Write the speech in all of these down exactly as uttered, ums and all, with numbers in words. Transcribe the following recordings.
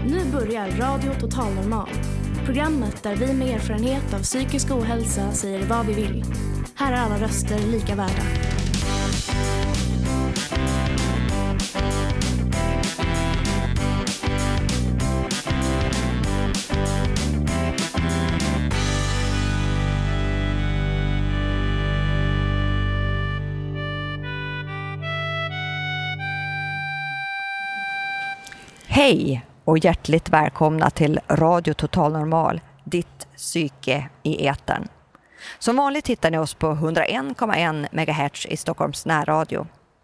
Nu börjar Radio Total Normal. Programmet där vi med erfarenhet av psykisk ohälsa säger vad vi vill. Här är alla röster lika värda. Hej och hjärtligt välkomna till Radio Total Normal, ditt psyke i etern. Som vanligt hittar ni oss på hundraen komma en megahertz i Stockholms närradio.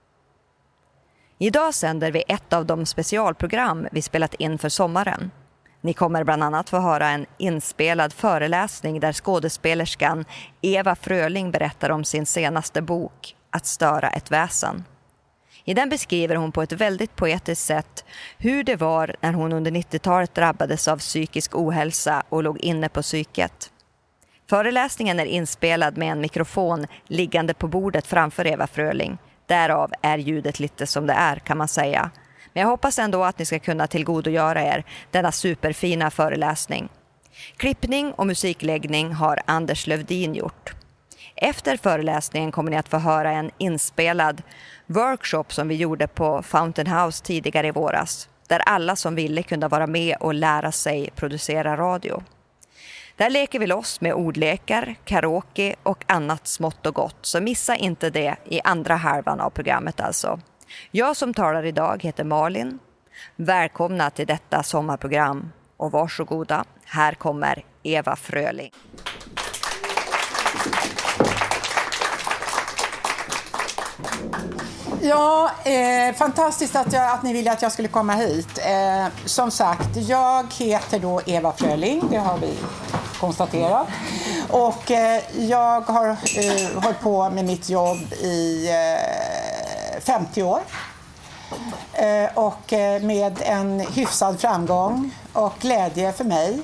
Idag sänder vi ett av de specialprogram vi spelat in för sommaren. Ni kommer bland annat få höra en inspelad föreläsning där skådespelerskan Eva Fröling berättar om sin senaste bok, Att störa ett väsen. I den beskriver hon på ett väldigt poetiskt sätt hur det var när hon under nittiotalet drabbades av psykisk ohälsa och låg inne på psyket. Föreläsningen är inspelad med en mikrofon liggande på bordet framför Eva Fröling. Därav är ljudet lite som det är, kan man säga. Men jag hoppas ändå att ni ska kunna tillgodogöra er denna superfina föreläsning. Klippning och musikläggning har Anders Lövdin gjort. Efter föreläsningen kommer ni att få höra en inspelad workshop som vi gjorde på Fountain House tidigare i våras, där alla som ville kunde vara med och lära sig producera radio. Där leker vi loss med ordlekar, karaoke och annat smått och gott, så missa inte det i andra halvan av programmet alltså. Jag som talar idag heter Malin. Välkomna till detta sommarprogram och varsågoda, här kommer Eva Fröling. Ja, eh, fantastiskt att, jag, att ni ville att jag skulle komma hit. Eh, som sagt, jag heter då Eva Fröling, det har vi konstaterat. Och eh, jag har eh, hållit på med mitt jobb i eh, femtio år. Eh, och eh, med en hyfsad framgång och glädje för mig.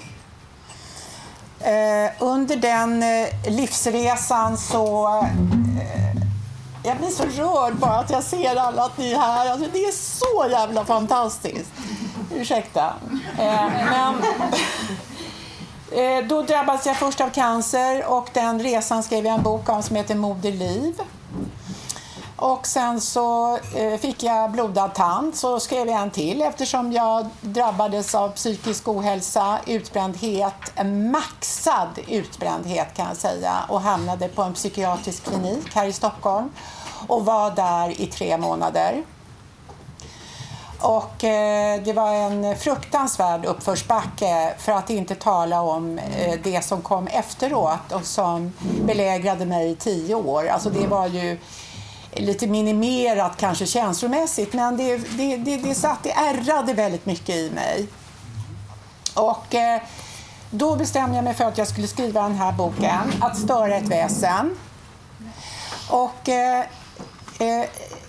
Eh, under den eh, livsresan så... Eh, Jag blir så rörd bara att jag ser alla att ni är här. Alltså, det är så jävla fantastiskt. Ursäkta. Eh, men eh, då drabbades jag först av cancer och den resan skrev jag en bok om som heter Moderliv. Och sen så eh, fick jag blodad tand, så skrev jag en till eftersom jag drabbades av psykisk ohälsa, utbrändhet, en maxad utbrändhet kan jag säga, och hamnade på en psykiatrisk klinik här i Stockholm och var där i tre månader. Och eh, det var en fruktansvärd uppförsbacke, för att inte tala om eh, det som kom efteråt och som belägrade mig i tio år. Alltså det var ju lite minimerat kanske känslomässigt, men det, det, det, det satt, det ärrade väldigt mycket i mig. Och eh, då bestämde jag mig för att jag skulle skriva den här boken, Att störa ett väsen. Och eh, eh,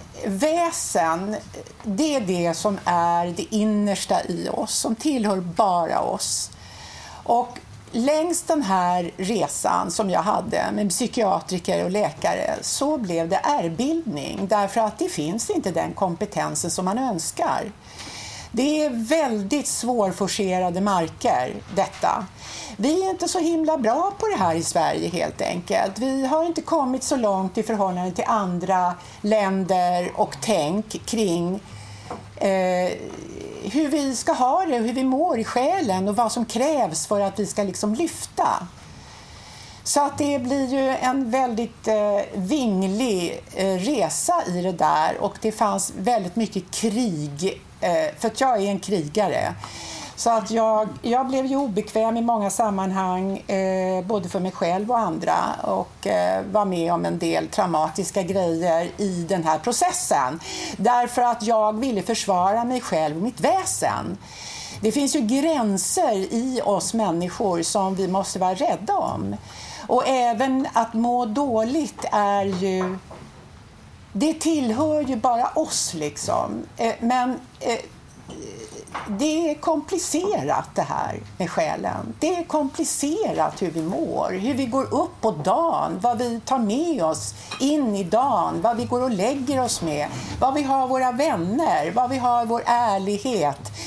väsen, det är det som är det innersta i oss, som tillhör bara oss. Och längs den här resan som jag hade med psykiatriker och läkare så blev det ärrbildning, därför att det finns inte den kompetensen som man önskar. Det är väldigt svårforcerade marker detta. Vi är inte så himla bra på det här i Sverige helt enkelt. Vi har inte kommit så långt i förhållande till andra länder och tänk kring eh, hur vi ska ha det, hur vi mår i själen och vad som krävs för att vi ska liksom lyfta. Så att det blir ju en väldigt eh, vinglig eh, resa i det där, och det fanns väldigt mycket krig, eh, för att jag är en krigare. Så att jag, jag blev ju obekväm i många sammanhang, eh, både för mig själv och andra, och eh, var med om en del traumatiska grejer i den här processen. Därför att jag ville försvara mig själv och mitt väsen. Det finns ju gränser i oss människor som vi måste vara rädda om. Och även att må dåligt är ju... Det tillhör ju bara oss liksom. Eh, men... Eh, det är komplicerat det här med själen. Det är komplicerat hur vi mår, hur vi går upp på dagen, vad vi tar med oss in i dagen, vad vi går och lägger oss med, vad vi har våra vänner, vad vi har vår ärlighet.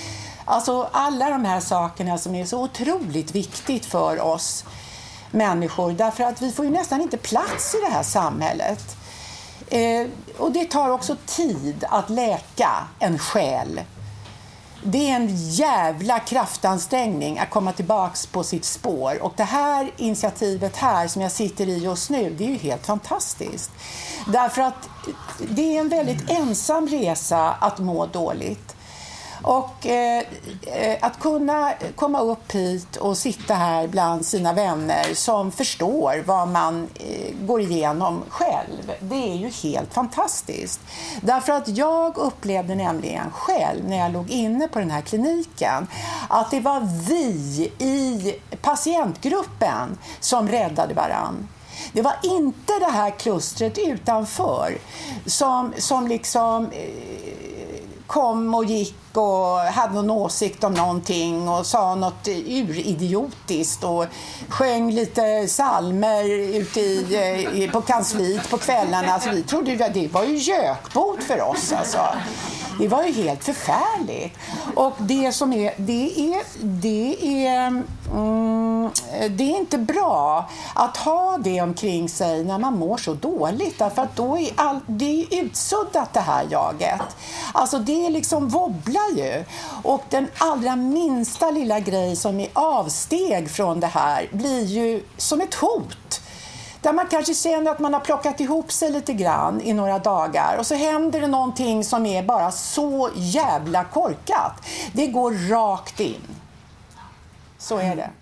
Alltså alla de här sakerna som är så otroligt viktigt för oss människor. Därför att vi får ju nästan inte plats i det här samhället. Eh, och det tar också tid att läka en själ. Det är en jävla kraftansträngning att komma tillbaks på sitt spår. Och det här initiativet här som jag sitter i just nu, det är ju helt fantastiskt. Därför att det är en väldigt ensam resa att må dåligt. Och eh, att kunna komma upp hit och sitta här bland sina vänner som förstår vad man eh, går igenom själv, det är ju helt fantastiskt. Därför att jag upplevde nämligen själv när jag låg inne på den här kliniken att det var vi i patientgruppen som räddade varann. Det var inte det här klustret utanför som, som liksom eh, kom och gick och hade någon åsikt om någonting och sa något uridiotiskt och sjöng lite salmer ute i, på kansliet på kvällarna. Alltså, vi trodde att det var ju gökbot för oss. Alltså. Det var ju helt förfärligt. Och det som är, det är, det är, mm, det är inte bra att ha det omkring sig när man mår så dåligt. Därför att då är all, det är utsuddat det här jaget. Alltså det liksom wobblar ju. Och den allra minsta lilla grej som är avsteg från det här blir ju som ett hot. Där man kanske känner att man har plockat ihop sig lite grann i några dagar. Och så händer det någonting som är bara så jävla korkat. Det går rakt in. Så är det.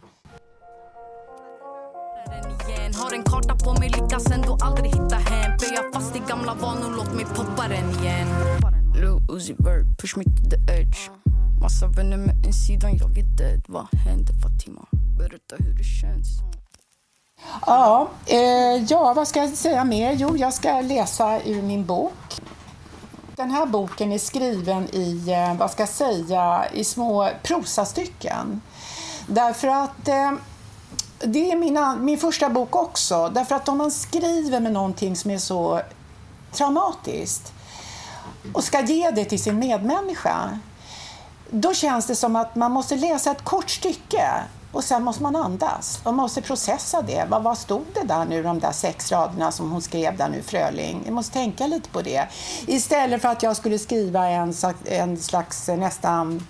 Har en karta på mig, lyckas ändå aldrig hitta hem. För jag fast i gamla vanor, låt mig poppa den igen. Lil Uzi Vert, push me to the edge. Massa vänner med insidan, jag är dead. Vad händer Fatima? Berätta hur det känns. Ja, eh, ja, vad ska jag säga mer? Jo, jag ska läsa ur min bok. Den här boken är skriven i, eh, vad ska jag säga, i små prosastycken. Därför att eh, det är mina, min första bok också. Därför att om man skriver med någonting som är så traumatiskt och ska ge det till sin medmänniska, då känns det som att man måste läsa ett kort stycke. Och sen måste man andas. Man måste processa det. Vad, vad stod det där nu, de där sex raderna som hon skrev där nu, Fröling? Jag måste tänka lite på det. Istället för att jag skulle skriva en, en slags nästan,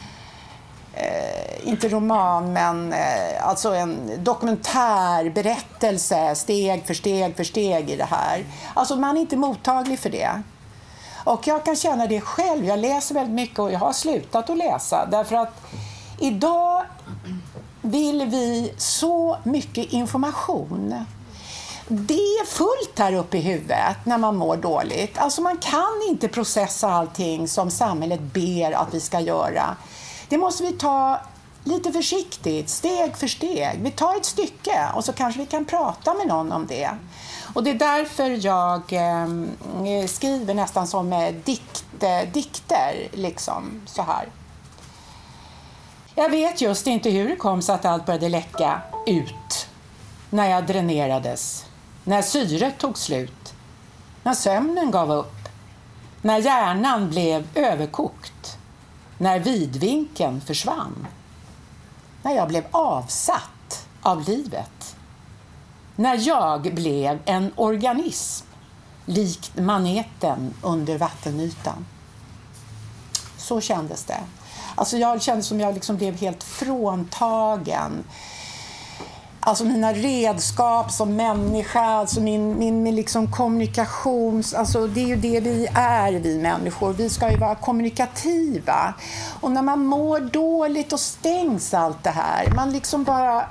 eh, inte roman, men eh, alltså en dokumentär berättelse, steg för steg för steg i det här. Alltså man är inte mottaglig för det. Och jag kan känna det själv. Jag läser väldigt mycket och jag har slutat att läsa. Därför att idag vill vi så mycket information. Det är fullt här uppe i huvudet när man mår dåligt. Alltså man kan inte processa allting som samhället ber att vi ska göra. Det måste vi ta lite försiktigt, steg för steg. Vi tar ett stycke och så kanske vi kan prata med någon om det. Och det är därför jag eh, skriver nästan som eh, dikt, eh, dikter, liksom så här. Jag vet just inte hur det kom så att allt började läcka ut. När jag dränerades. När syret tog slut. När sömnen gav upp. När hjärnan blev överkokt. När vidvinkeln försvann. När jag blev avsatt av livet. När jag blev en organism. Likt maneten under vattenytan. Så kändes det. Alltså jag kände som jag liksom blev helt fråntagen. Alltså mina redskap som människa, alltså min, min, min liksom kommunikation, alltså det är ju det vi är, vi människor. Vi ska ju vara kommunikativa. Och när man mår dåligt och stängs allt det här, man liksom bara...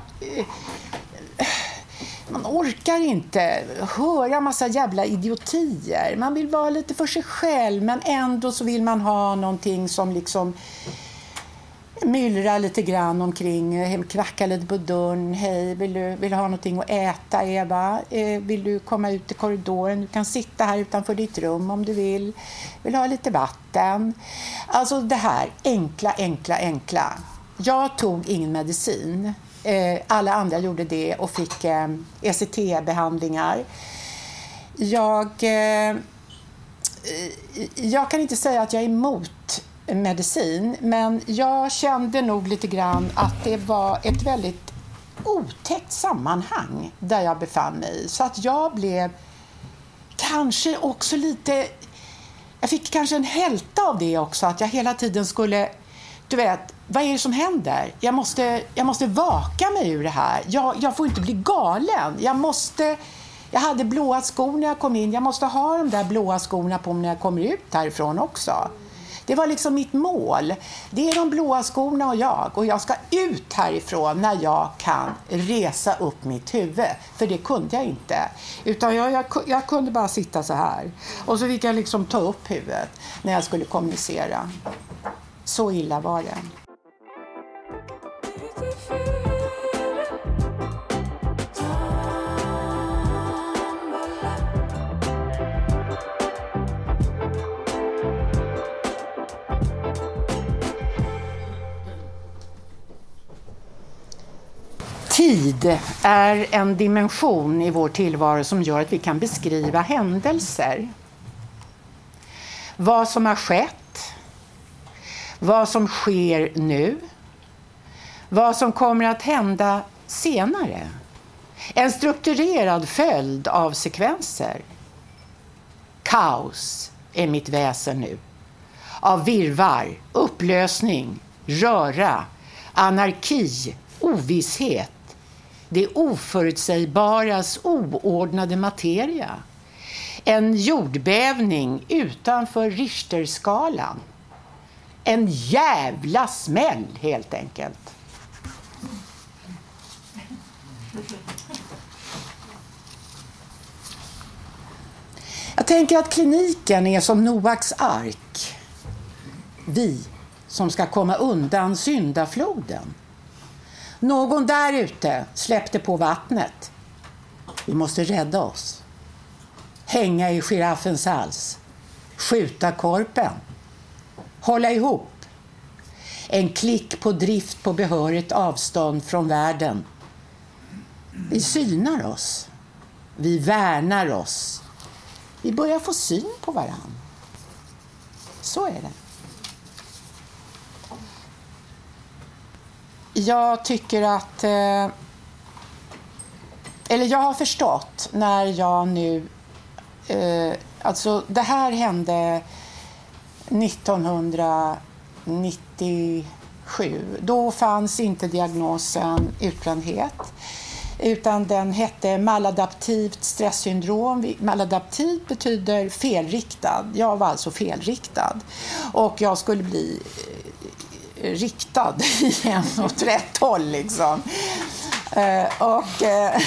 Man orkar inte höra massa jävla idiotier. Man vill vara lite för sig själv, men ändå så vill man ha någonting som liksom myllrar lite grann omkring, knackar lite på dörren. Hej, vill du, vill du ha någonting att äta, Eva? Eh, vill du komma ut i korridoren? Du kan sitta här utanför ditt rum om du vill. Vill du ha lite vatten? Alltså det här, enkla, enkla, enkla. Jag tog ingen medicin. Alla andra gjorde det och fick E C T-behandlingar. Jag, jag kan inte säga att jag är emot medicin. Men jag kände nog lite grann att det var ett väldigt otäckt sammanhang där jag befann mig i. Så att jag blev kanske också lite... Jag fick kanske en hälta av det också. Att jag hela tiden skulle... Du vet, vad är det som händer? Jag måste, jag måste vaka mig ur det här. Jag, jag får inte bli galen. Jag måste... Jag hade blåa skor när jag kom in. Jag måste ha de där blåa skorna på mig när jag kommer ut härifrån också. Det var liksom mitt mål. Det är de blåa skorna och jag. Och jag ska ut härifrån när jag kan resa upp mitt huvud. För det kunde jag inte. Utan jag, jag, jag kunde bara sitta så här. Och så fick jag liksom ta upp huvudet när jag skulle kommunicera. Så illa var det. Tid är en dimension i vår tillvaro som gör att vi kan beskriva händelser. Vad som har skett, vad som sker nu, vad som kommer att hända senare. En strukturerad följd av sekvenser. Kaos är mitt väsen nu. Av virvar, upplösning, röra, anarki, ovisshet. Det oförutsägbaras oordnade materia. En jordbävning utanför Richterskalan. En jävla smäll helt enkelt. Jag tänker att kliniken är som Noaks ark. Vi som ska komma undan syndafloden. Någon där ute släppte på vattnet. Vi måste rädda oss. Hänga i giraffens hals. Skjuta korpen. Hålla ihop. En klick på drift på behörigt avstånd från världen. Vi synar oss. Vi värnar oss. Vi börjar få syn på varann. Så är det. Jag tycker att... Eh, eller jag har förstått när jag nu... Eh, alltså det här hände nittonhundranittiosju. Då fanns inte diagnosen utbrändhet. Utan den hette maladaptivt stresssyndrom. Maladaptivt betyder felriktad. Jag var alltså felriktad. Och jag skulle bli... riktad igen åt rätt håll liksom. Eh, och eh,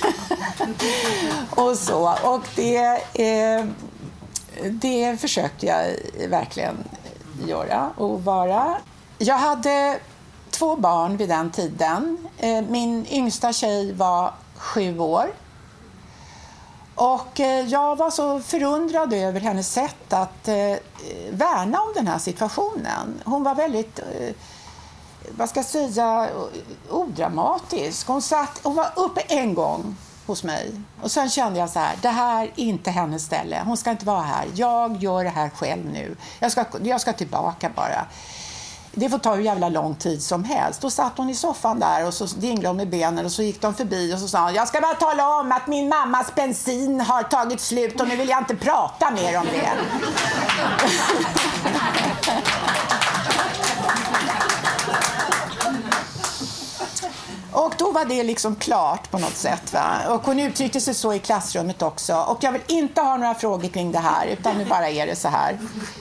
och så och det eh, det försökte jag verkligen göra och vara. Jag hade två barn vid den tiden. Eh, min yngsta tjej var sju år. Och eh, jag var så förundrad över hennes sätt att eh, värna om den här situationen. Hon var väldigt, eh, vad ska jag säga, odramatisk. Hon satt och var uppe en gång hos mig. Och sen kände jag så här, det här är inte hennes ställe. Hon ska inte vara här. Jag gör det här själv nu. Jag ska, jag ska tillbaka bara. Det får ta hur jävla lång tid som helst. Då satt hon i soffan där och så dinglade hon med benen och så gick de förbi och så sa hon, jag ska bara tala om att min mammas bensin har tagit slut och nu vill jag inte prata mer om det. Och då var det liksom klart på något sätt, va? Och hon uttryckte sig så i klassrummet också. Och jag vill inte ha några frågor kring det här, utan nu bara är det så här.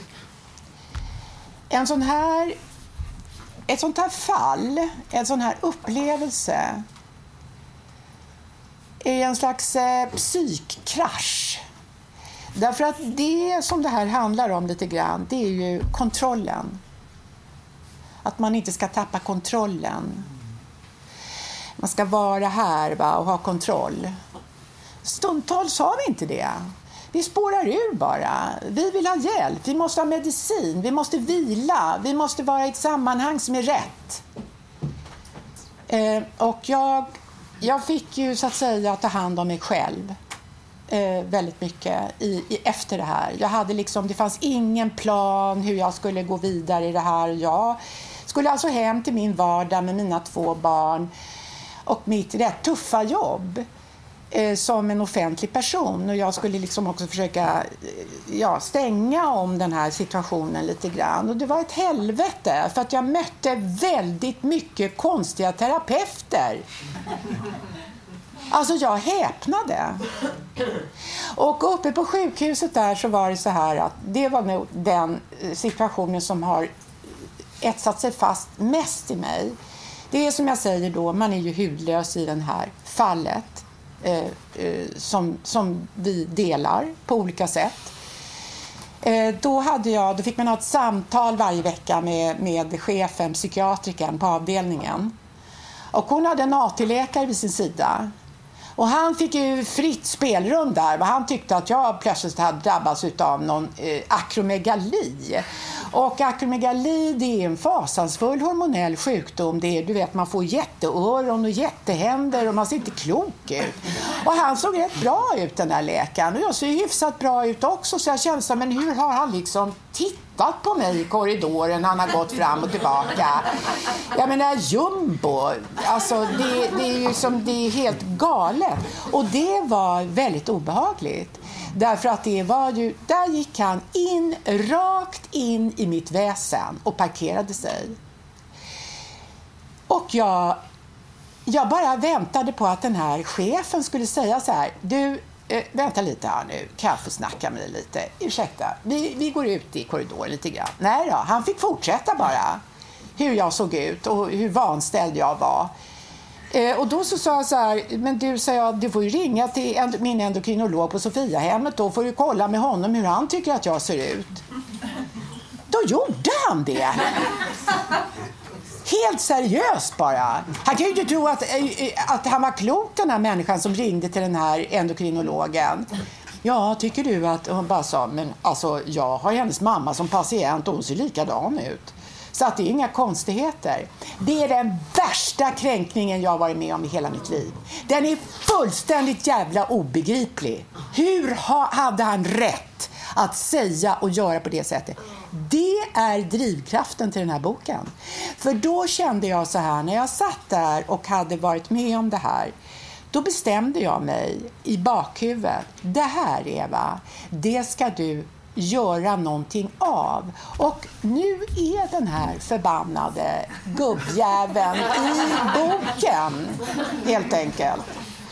En sån här, ett sånt här fall, en sån här upplevelse är en slags eh, psykkrasch. Därför att det som det här handlar om lite grann, det är ju kontrollen. Att man inte ska tappa kontrollen. Man ska vara här, va, och ha kontroll. Stundtals har vi inte det. Vi spårar ur bara. Vi vill ha hjälp. Vi måste ha medicin. Vi måste vila. Vi måste vara i ett sammanhang som är rätt. Eh, och jag, jag fick ju så att säga ta hand om mig själv. eh, väldigt mycket i, i, efter det här. Jag hade liksom, det fanns ingen plan hur jag skulle gå vidare i det här. Jag skulle alltså hem till min vardag med mina två barn och mitt rätt tuffa jobb eh, som en offentlig person. Och jag skulle liksom också försöka ja, stänga om den här situationen lite grann. Och det var ett helvete för att jag mötte väldigt mycket konstiga terapeuter. Alltså jag häpnade. Och uppe på sjukhuset där så var det så här att det var nog den situationen som har etsat sig fast mest i mig. Det är som jag säger då, man är ju hudlös i det här fallet eh, eh, som, som vi delar på olika sätt. Eh, då, hade jag, då fick man ha ett samtal varje vecka med, med chefen, psykiatrikern på avdelningen. Och hon hade en A T-läkare vid sin sida. Och han fick ju fritt spelrum där. Vad han tyckte att jag plötsligt hade drabbats av någon eh, akromegali. Och akromegali, det är en fasansfull hormonell sjukdom. Det är, du vet, man får jätteöron och jättehänder och man ser inte klok ut. Och han såg rätt bra ut, den där läkaren. Och jag ser hyfsat bra ut också. Så jag kände så, men hur har han liksom tittat på mig i korridoren? Han har gått fram och tillbaka. Jag menar, jumbo. Alltså, det, det är ju som, det är helt galet. Och det var väldigt obehagligt. Därför att det var ju, där gick han in, rakt in i mitt väsen och parkerade sig. Och jag, jag bara väntade på att den här chefen skulle säga så här: du, eh, vänta lite här nu, kan jag få snacka med dig lite? Ursäkta, vi, vi går ut i korridoren lite grann. Nej då, han fick fortsätta bara hur jag såg ut och hur vanställd jag var. Eh, och då så sa jag så här, men du, sa jag, du får ju ringa till en, min endokrinolog på Sofiahemmet, då får du kolla med honom hur han tycker att jag ser ut. Då gjorde han det. Helt seriöst bara. Han kan ju inte tro att, att han var klok, den här människan som ringde till den här endokrinologen. Ja, tycker du att... Hon bara sa, men alltså jag har hennes mamma som patient och hon ser likadan ut. Så att det är inga konstigheter. Det är den värsta kränkningen jag har varit med om i hela mitt liv. Den är fullständigt jävla obegriplig. Hur ha, hade han rätt att säga och göra på det sättet? Det är drivkraften till den här boken. För då kände jag så här, när jag satt där och hade varit med om det här, då bestämde jag mig i bakhuvudet. Det här, Eva, det ska du göra någonting av. Och nu är den här förbannade gubbjäveln i boken, helt enkelt.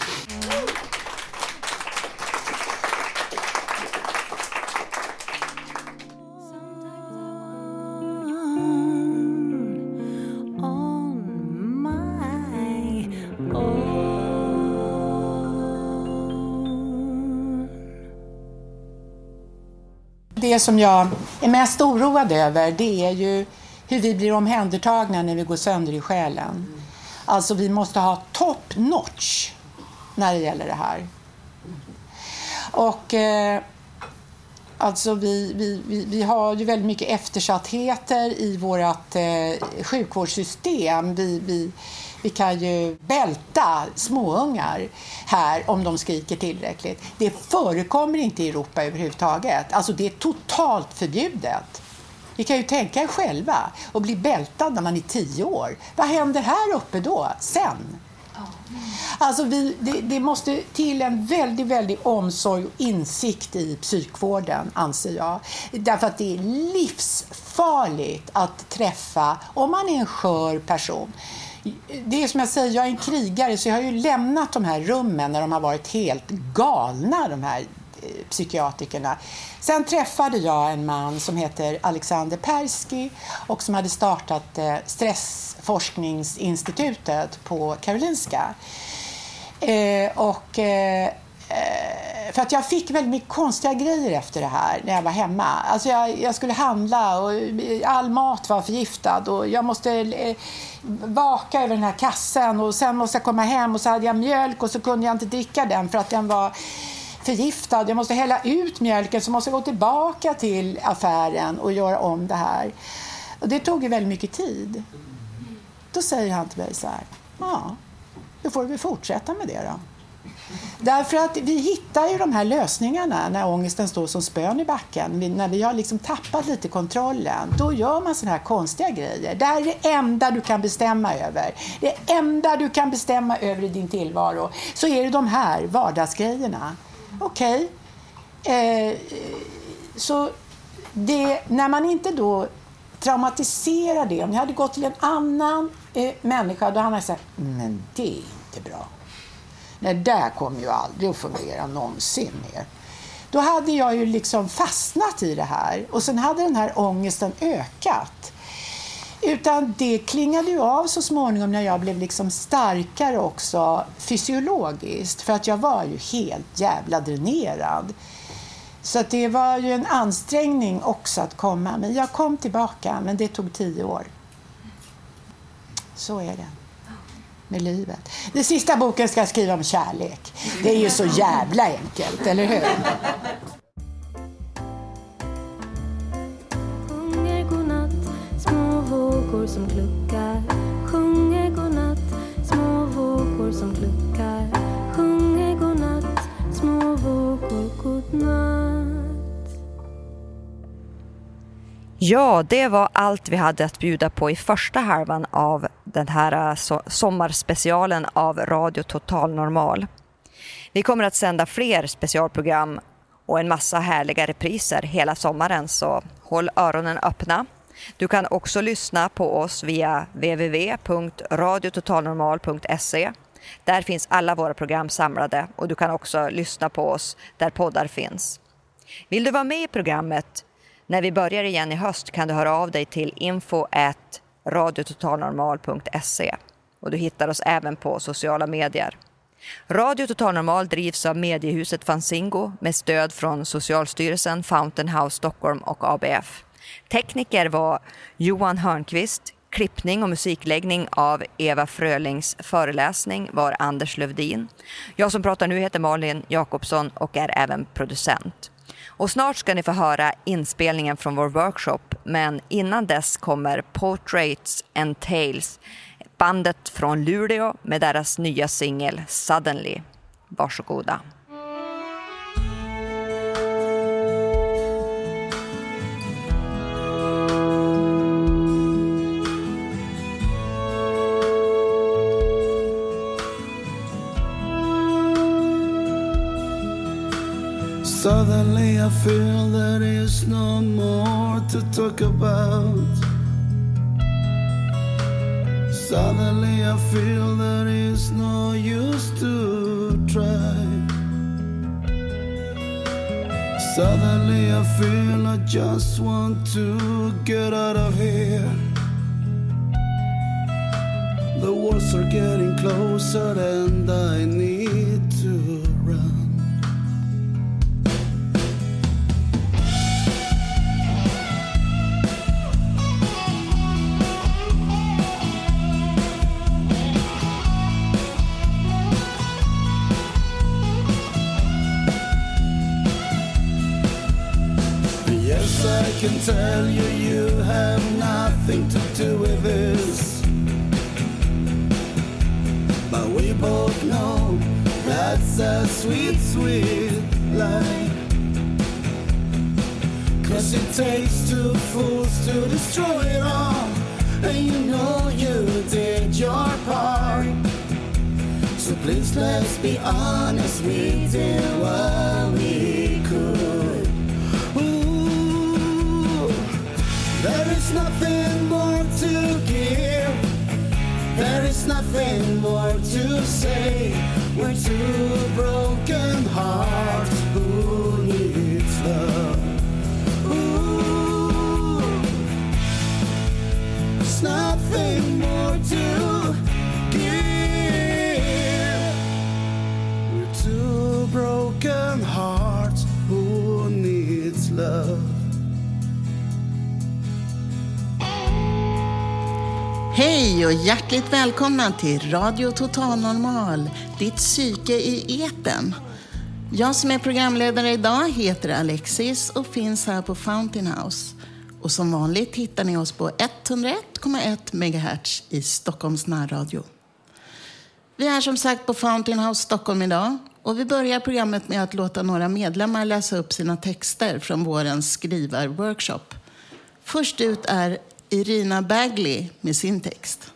Det som jag är mest oroad över, det är ju hur vi blir omhändertagna när vi går sönder i själen. Alltså vi måste ha top notch när det gäller det här. Och eh, alltså vi, vi, vi, vi har ju väldigt mycket eftersattheter i vårt eh, sjukvårdssystem. Vi, vi, vi kan ju bälta småungar här om de skriker tillräckligt. Det förekommer inte i Europa överhuvudtaget. Alltså det är totalt förbjudet. Vi kan ju tänka er själva och bli bältad när man är tio år. Vad händer här uppe då, sen? Alltså vi, det, det måste till en väldigt, väldigt omsorg och insikt i psykvården, anser jag. Därför att det är livsfarligt att träffa, om man är en skör person. Det är som jag säger, jag är en krigare, så jag har ju lämnat de här rummen när de har varit helt galna, de här psykiatrikerna. Sen träffade jag en man som heter Alexander Persky och som hade startat stressforskningsinstitutet på Karolinska. Eh, och eh, för att jag fick väldigt mycket konstiga grejer efter det här när jag var hemma. Alltså jag, jag skulle handla och all mat var förgiftad och jag måste eh, vaka över den här kassen och sen måste jag komma hem och så hade jag mjölk och så kunde jag inte dricka den för att den var förgiftad. Jag måste hälla ut mjölken, så måste jag gå tillbaka till affären och göra om det här. Och det tog ju väldigt mycket tid. Då säger han till mig så här: ja, då får vi fortsätta med det då. Därför att vi hittar ju de här lösningarna när ångesten står som spön i backen. Vi, när vi har liksom tappat lite kontrollen, då gör man såna här konstiga grejer. Det här är det enda du kan bestämma över. Det enda du kan bestämma över i din tillvaro. Så är det de här vardagsgrejerna. Okej. Okay. Eh, så det, när man inte då traumatiserar det. Om jag hade gått till en annan eh, människa, då hade jag sagt, men det är inte bra. Det där kommer ju aldrig att fungera någonsin mer. Då hade jag ju liksom fastnat i det här. Och sen hade den här ångesten ökat. Utan det klingade ju av så småningom när jag blev liksom starkare också fysiologiskt. För att jag var ju helt jävla dränerad. Så att det var ju en ansträngning också att komma. Men jag kom tillbaka, men det tog tio år. Så är det. Med livet. Den sista boken ska jag skriva om kärlek. Det är ju så jävla enkelt, eller hur? Sjunger godnatt, små vågor som kluckar. Sjunger godnatt, små vågor som kluckar. Sjunger godnatt, små vågor godnatt. Ja, det var allt vi hade att bjuda på i första halvan av den här so- sommarspecialen av Radio Total Normal. Vi kommer att sända fler specialprogram och en massa härliga repriser hela sommaren, så håll öronen öppna. Du kan också lyssna på oss via w w w punkt radio total normal punkt se. Där finns alla våra program samlade och du kan också lyssna på oss där poddar finns. Vill du vara med i programmet när vi börjar igen i höst kan du höra av dig till info at radio total normal punkt se och du hittar oss även på sociala medier. Radio Total Normal drivs av mediehuset Fanzingo med stöd från Socialstyrelsen, Fountain House Stockholm och A B F. Tekniker var Johan Hörnqvist, klippning och musikläggning av Eva Frölings föreläsning var Anders Lövdin. Jag som pratar nu heter Malin Jakobsson och är även producent. Och snart ska ni få höra inspelningen från vår workshop, men innan dess kommer Portraits and Tales, bandet från Luleå med deras nya singel Suddenly. Varsågoda. Suddenly I feel there is no more to talk about. Suddenly I feel there is no use to try. Suddenly I feel I just want to get out of here. The walls are getting closer and I need to run. I can tell you you have nothing to do with this, but we both know that's a sweet, sweet lie. 'Cause it takes two fools to destroy it all, and you know you did your part. So please let's be honest, we did what we could. There is nothing more to give. There is nothing more to say. We're two broken hearts who needs love. Ooh. There's nothing more to give. We're two broken hearts who needs love. Hej och hjärtligt välkomna till Radio Total Normal, ditt psyke i eten. Jag som är programledare idag heter Alexis och finns här på Fountain House. Och som vanligt hittar ni oss på etthundraett komma ett megahertz i Stockholms närradio. Vi är som sagt på Fountain House Stockholm idag. Och vi börjar programmet med att låta några medlemmar läsa upp sina texter från vårens skrivarworkshop. Först ut är Irina Bagley med sin text.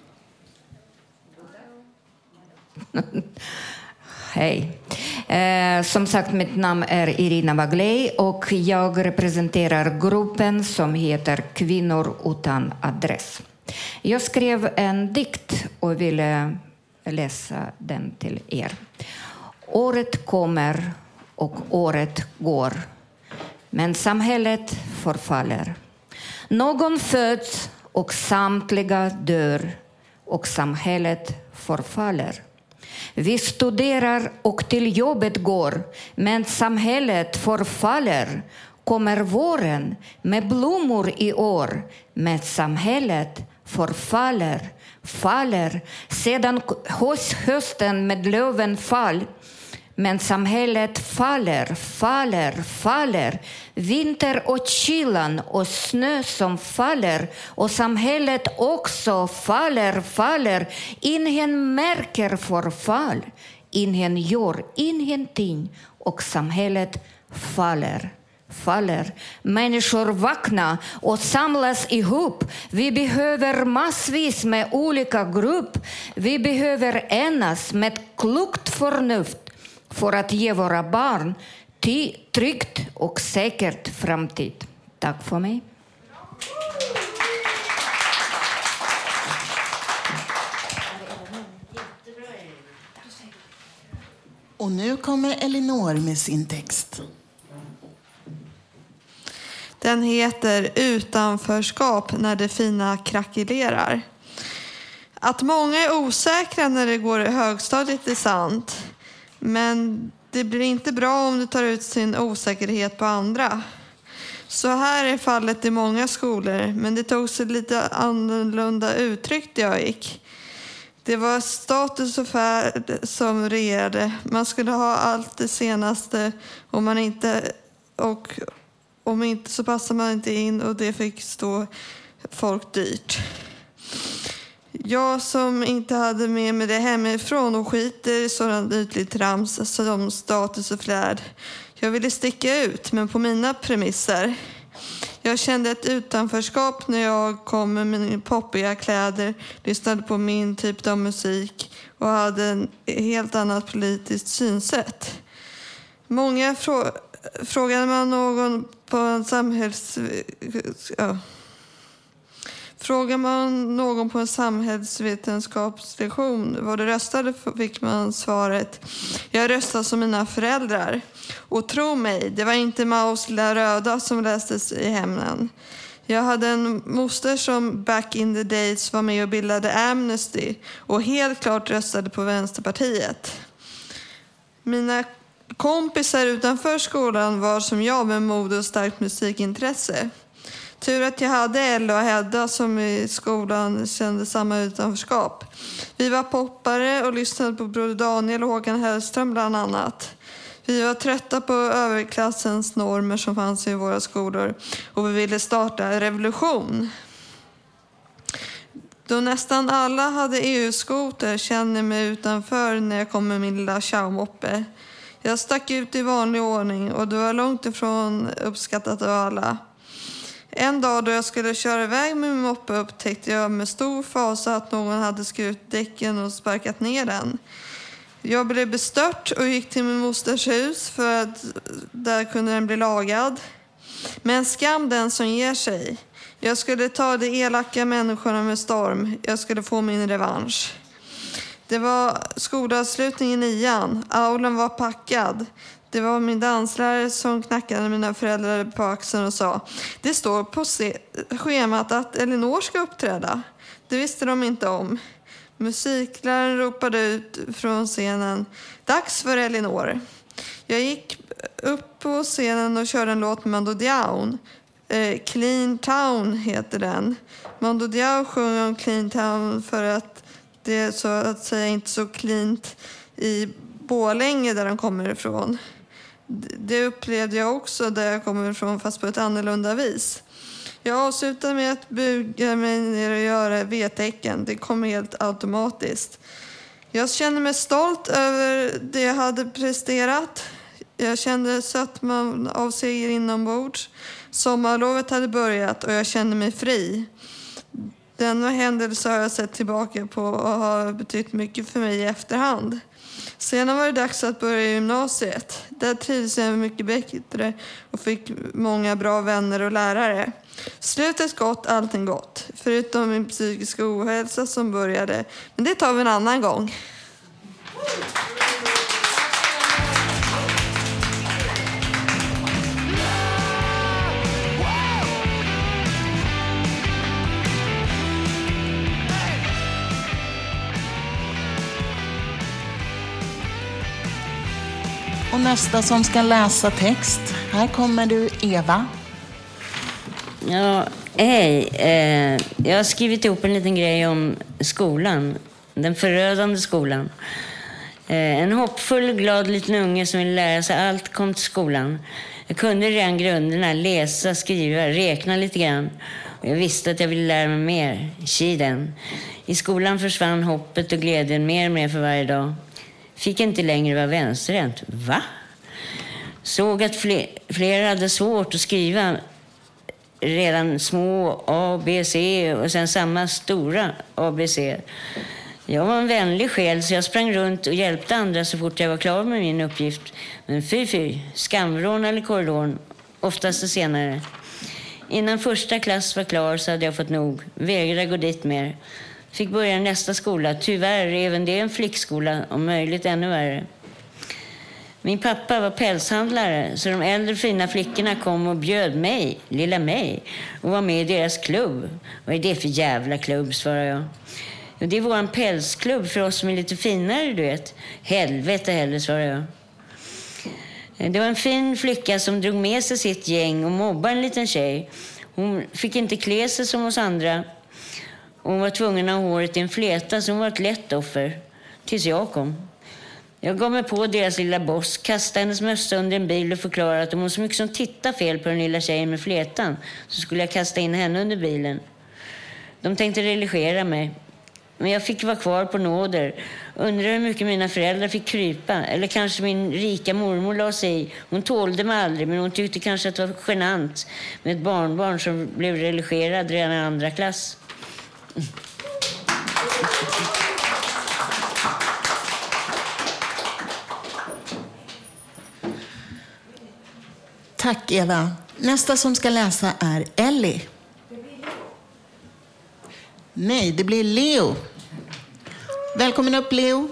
Hej. Eh, som sagt, mitt namn är Irina Bagley och jag representerar gruppen som heter Kvinnor utan adress. Jag skrev en dikt och ville läsa den till er. Året kommer och året går, men samhället förfaller. Någon föds och samtliga dör och samhället förfaller. Vi studerar och till jobbet går, men samhället förfaller. Kommer våren med blommor i år, men samhället förfaller, faller. Sedan hösten med löven fall, men samhället faller, faller, faller. Vinter och kylan och snö som faller, och samhället också faller, faller. Ingen märker förfall, ingen gör ingenting och samhället faller, faller. Människor vaknar och samlas ihop. Vi behöver massvis med olika grupp. Vi behöver enas med klokt förnuft för att ge våra barn tryggt och säkert framtid. Tack för mig. Och nu kommer Elinor med sin text. Den heter Utanförskap när det fina krackelerar. Att många är osäkra när det går i högstadiet är sant. Men det blir inte bra om du tar ut sin osäkerhet på andra. Så här är fallet i många skolor, men det tog sig lite annorlunda uttryck där jag gick. Det var status och färd som regerade. Man skulle ha allt det senaste och man inte, och om inte så passade man inte in, och det fick stå folk dyrt. Jag som inte hade med mig det hemifrån och skiter i sådant ytligt trams som status och flärd. Jag ville sticka ut, men på mina premisser. Jag kände ett utanförskap när jag kom med mina poppiga kläder, lyssnade på min typ av musik och hade en helt annat politiskt synsätt. Många frå- frågade man någon på en samhälls... Ja. Frågar man någon på en samhällsvetenskapslektion vad du röstade för, fick man svaret: jag röstade som mina föräldrar. Och tro mig, det var inte Maus lilla röda som lästes i hemmen. Jag hade en moster som back in the days var med och bildade Amnesty och helt klart röstade på Vänsterpartiet. Mina kompisar utanför skolan var som jag med mode och starkt musikintresse. Tur att jag hade Ella och Hedda som i skolan kände samma utanförskap. Vi var poppare och lyssnade på Broder Daniel och Håkan Hellström bland annat. Vi var trötta på överklassens normer som fanns i våra skolor och vi ville starta en revolution. Då nästan alla hade E U-skoter kände jag mig utanför när jag kom med min lilla tjaumoppe. Jag stack ut i vanlig ordning och det var långt ifrån uppskattat av alla. En dag då jag skulle köra iväg med min moppe upptäckte jag med stor fasa att någon hade skurit däcken och sparkat ner den. Jag blev bestört och gick till min mosters hus för att där kunde den bli lagad. Men skam den som ger sig. Jag skulle ta de elaka människorna med storm. Jag skulle få min revansch. Det var skolavslutning i nian. Aulen var packad. Det var min danslärare som knackade mina föräldrar på axeln och sa: det står på schemat att Elinor ska uppträda. Det visste de inte om. Musikläraren ropade ut från scenen: dags för Elinor. Jag gick upp på scenen och körde en låt med Mando Diao. Eh, Clean Town heter den. Mando Diao sjunger om Clean Town för att det är så att säga inte så cleant i Borlänge där de kommer ifrån. Det upplevde jag också där jag kommer ifrån, fast på ett annorlunda vis. Jag avslutade med att buga mig ner och göra V-tecken. Det kom helt automatiskt. Jag kände mig stolt över det jag hade presterat. Jag kände sötman av seger inombords. Sommarlovet hade börjat och jag kände mig fri. Denna händelse har jag sett tillbaka på och har betytt mycket för mig i efterhand. Sedan var det dags att börja i gymnasiet. Där trivdes jag mycket bättre och fick många bra vänner och lärare. Slutet gott, allting gott. Förutom min psykiska ohälsa som började. Men det tar vi en annan gång. Och nästa som ska läsa text, här kommer du, Eva. Ja, hej. Eh, jag har skrivit ihop en liten grej om skolan. Den förödande skolan. Eh, en hoppfull, glad liten unge som vill lära sig allt kom till skolan. Jag kunde redan grunderna, läsa, skriva, räkna lite grann. Och jag visste att jag ville lära mig mer. Tiden. I skolan försvann hoppet och glädjen mer och mer för varje dag. Fick inte längre vara vänsterhänt. Va? Såg att fler, fler hade svårt att skriva redan små A, B, C och sen samma stora A, B, C. Jag var en vänlig själ så jag sprang runt och hjälpte andra så fort jag var klar med min uppgift. Men fy fy, skamvrån eller korridoren, oftast det senare. Innan första klass var klar så hade jag fått nog. Vägrade gå dit mer. Fick börja nästa skola. Tyvärr, även det är en flickskola. Om möjligt ännu värre. Min pappa var pälshandlare. Så de äldre fina flickorna kom och bjöd mig, lilla mig. Och var med i deras klubb. Vad är det för jävla klubb, svarade jag. Jo, det är våran pälsklubb för oss som är lite finare, du vet. Helvete heller, svarade jag. Det var en fin flicka som drog med sig sitt gäng och mobbade en liten tjej. Hon fick inte klä sig som oss andra. Hon var tvungen att ha håret i en fleta så hon var ett lätt offer. Tills jag kom. Jag gav mig på deras lilla boss, kastade hennes mössa under en bil och förklarade att om hon så mycket som tittade fel på den lilla tjejen med fletan så skulle jag kasta in henne under bilen. De tänkte religera mig. Men jag fick vara kvar på nåder. Undrar hur mycket mina föräldrar fick krypa. Eller kanske min rika mormor la sig i. Hon tålde mig aldrig men hon tyckte kanske att det var genant med ett barnbarn som blev religerad redan i andra klass. Tack Eva. Nästa som ska läsa är Ellie. Nej, det blir Leo. Välkommen upp Leo.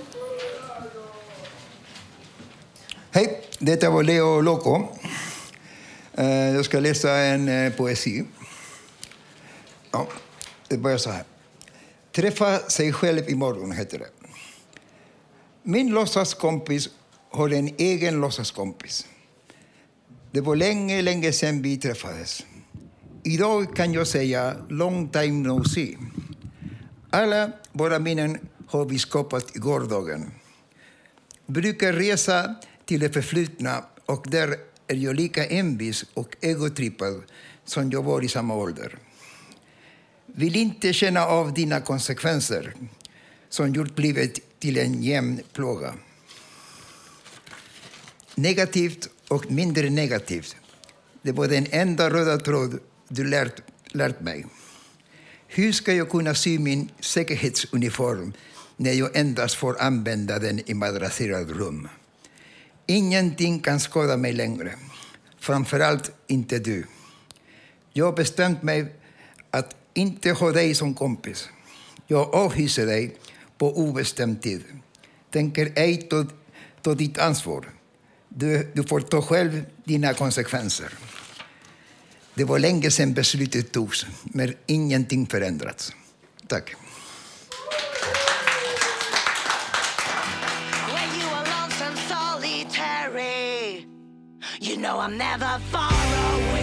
Hej, detta var Leo Loco. Jag ska läsa en poesi. Ja, det börjar så här. Träffa sig själv imorgon heter det. Min låtsaskompis har en egen låtsaskompis. Det var länge, länge sedan vi träffades. Idag kan jag säga long time no see. Alla våra minnen har vi skapat i gårdagen. Brukar resa till det förflutna och där är jag lika envis och egotrippad som jag var i samma ålder. Vill inte känna av dina konsekvenser som gjort livet till en jämn plåga. Negativt och mindre negativt. Det var den enda röda tråd du lärt, lärt mig. Hur ska jag kunna sy min säkerhetsuniform när jag endast får använda den i madrasserad rum? Ingenting kan skada mig längre. Framförallt inte du. Jag har bestämt mig att inte ha dig som kompis. Jag avhyser dig på obestämd tid. Tänker ej ta, ta ditt ansvar. Du, du får ta själv dina konsekvenser. Det var länge sedan beslutet togs, men ingenting förändrats. Tack. When you are lonesome, solitary, you know I'm never far away.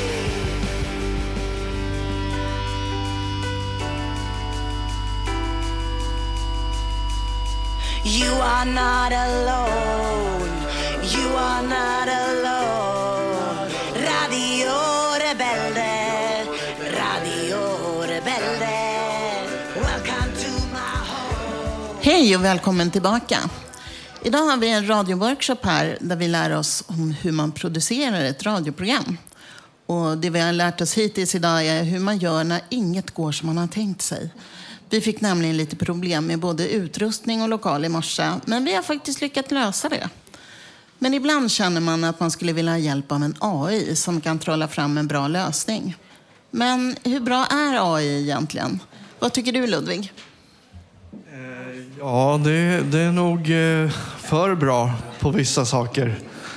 You are not alone. You are not alone. Radio Rebelde, Radio Rebelde. Welcome to my home. Hej och välkommen tillbaka. Idag har vi en radioworkshop här där vi lär oss om hur man producerar ett radioprogram. Och det vi har lärt oss hittills idag är hur man gör när inget går som man har tänkt sig. Vi fick nämligen lite problem med både utrustning och lokal i morse, men vi har faktiskt lyckats lösa det. Men ibland känner man att man skulle vilja ha hjälp av en A I som kan trolla fram en bra lösning. Men hur bra är A I egentligen? Vad tycker du, Ludvig? Ja, det, det är nog för bra på vissa saker.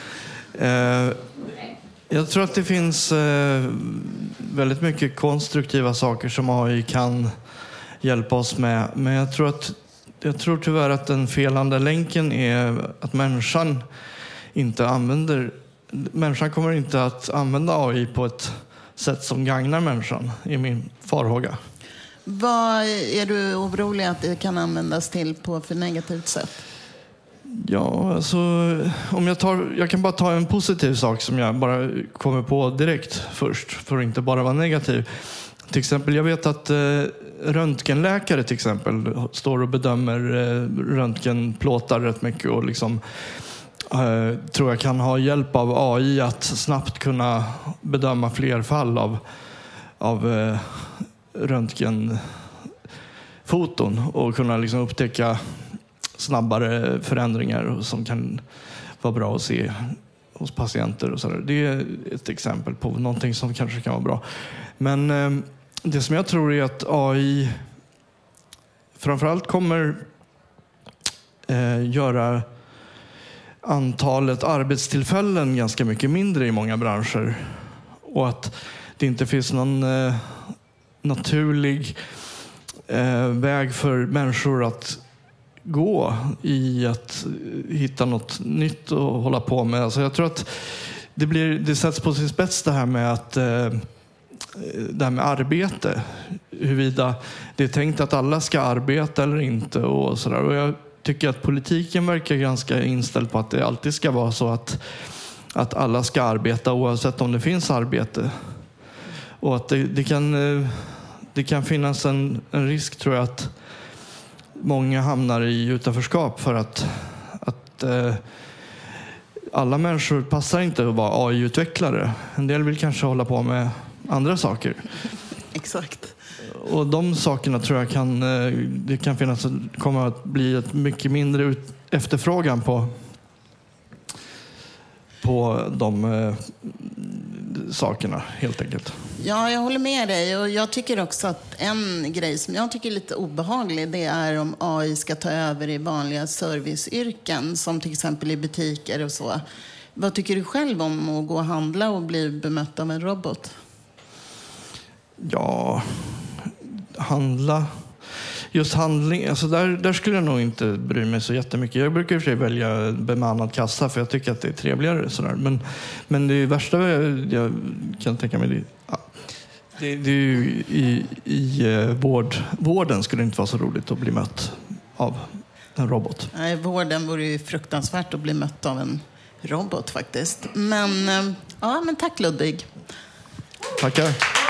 Jag tror att det finns väldigt mycket konstruktiva saker som A I kan hjälpa oss med. Men jag tror, att, jag tror tyvärr att den felande länken är att människan inte använder... Människan kommer inte att använda A I på ett sätt som gagnar människan, i min farhåga. Vad är du orolig att det kan användas till på för negativt sätt? Ja, alltså, om jag, tar, jag kan bara ta en positiv sak som jag bara kommer på direkt först, för att inte bara vara negativ. Till exempel, jag vet att eh, röntgenläkare till exempel står och bedömer eh, röntgenplåtar rätt mycket och liksom, eh, tror jag kan ha hjälp av A I att snabbt kunna bedöma fler fall av, av eh, röntgenfoton och kunna liksom upptäcka snabbare förändringar som kan vara bra att se hos patienter och sådär. Det är ett exempel på någonting som kanske kan vara bra. Men eh, det som jag tror är att A I framförallt kommer eh, göra antalet arbetstillfällen ganska mycket mindre i många branscher. Och att det inte finns någon eh, naturlig eh, väg för människor att gå i att hitta något nytt att hålla på med. Alltså jag tror att det, blir, det sätts på sin spets det här med att eh, det här med arbete. Huruvida det är tänkt att alla ska arbeta eller inte och sådär. Och jag tycker att politiken verkar ganska inställd på att det alltid ska vara så att, att alla ska arbeta oavsett om det finns arbete. Och att det, det kan det kan finnas en, en risk, tror jag, att många hamnar i utanförskap för att, att eh, alla människor passar inte att vara A I-utvecklare. En del vill kanske hålla på med andra saker. Exakt. Och de sakerna tror jag kan, det kan finnas, kommer att bli ett mycket mindre ut, efterfrågan på, på de eh, sakerna helt enkelt. Ja, jag håller med dig, och jag tycker också att en grej som jag tycker är lite obehaglig, det är om A I ska ta över i vanliga serviceyrken som till exempel i butiker och så. Vad tycker du själv om att gå och handla och bli bemött av en robot? Ja, handla... Just handling, alltså där, där skulle jag nog inte bry mig så jättemycket. Jag brukar i och för sig välja bemannad kassa för jag tycker att det är trevligare. Sådär. Men, men det värsta jag, jag kan tänka mig, det, ja, det, det är ju i, i vård, vården skulle det inte vara så roligt att bli mött av en robot. Nej, vården vore ju fruktansvärt att bli mött av en robot faktiskt. Men, ja, men tack Ludvig. Tackar.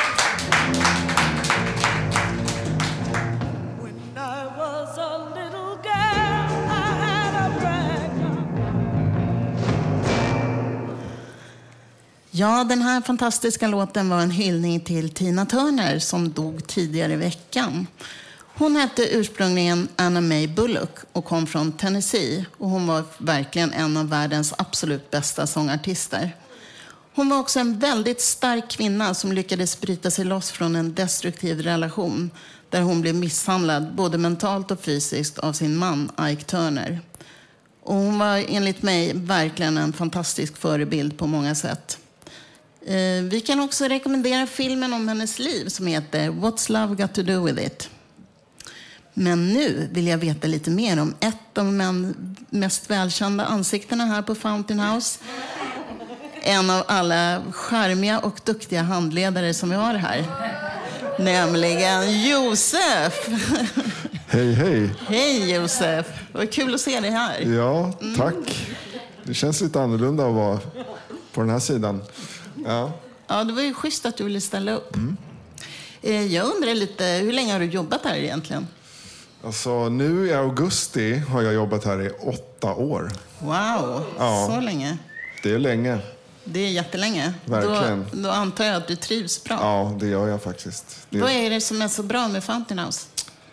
Ja, den här fantastiska låten var en hyllning till Tina Turner som dog tidigare i veckan. Hon hette ursprungligen Anna Mae Bullock och kom från Tennessee. Och hon var verkligen en av världens absolut bästa sångartister. Hon var också en väldigt stark kvinna som lyckades bryta sig loss från en destruktiv relation där hon blev misshandlad både mentalt och fysiskt av sin man Ike Turner. Och hon var enligt mig verkligen en fantastisk förebild på många sätt. Vi kan också rekommendera filmen om hennes liv som heter What's Love Got To Do With It. Men nu vill jag veta lite mer om ett av de mest välkända ansiktena här på Fountain House. En av alla charmiga och duktiga handledare som vi har här. Nämligen Josef. Hej, hej. Hej Josef. Vad kul att se dig här. Ja, tack. Det känns lite annorlunda att vara på den här sidan. Ja. Ja, det var ju schysst att du ville ställa upp. Mm. Jag undrar lite, hur länge har du jobbat här egentligen? Alltså, nu i augusti har jag jobbat här i åtta år. Wow, Ja. så länge. Det är länge. Det är jättelänge. Verkligen. Då, då antar jag att du trivs bra. Ja, det gör jag faktiskt. Det... Vad är det som är så bra med Fountain House?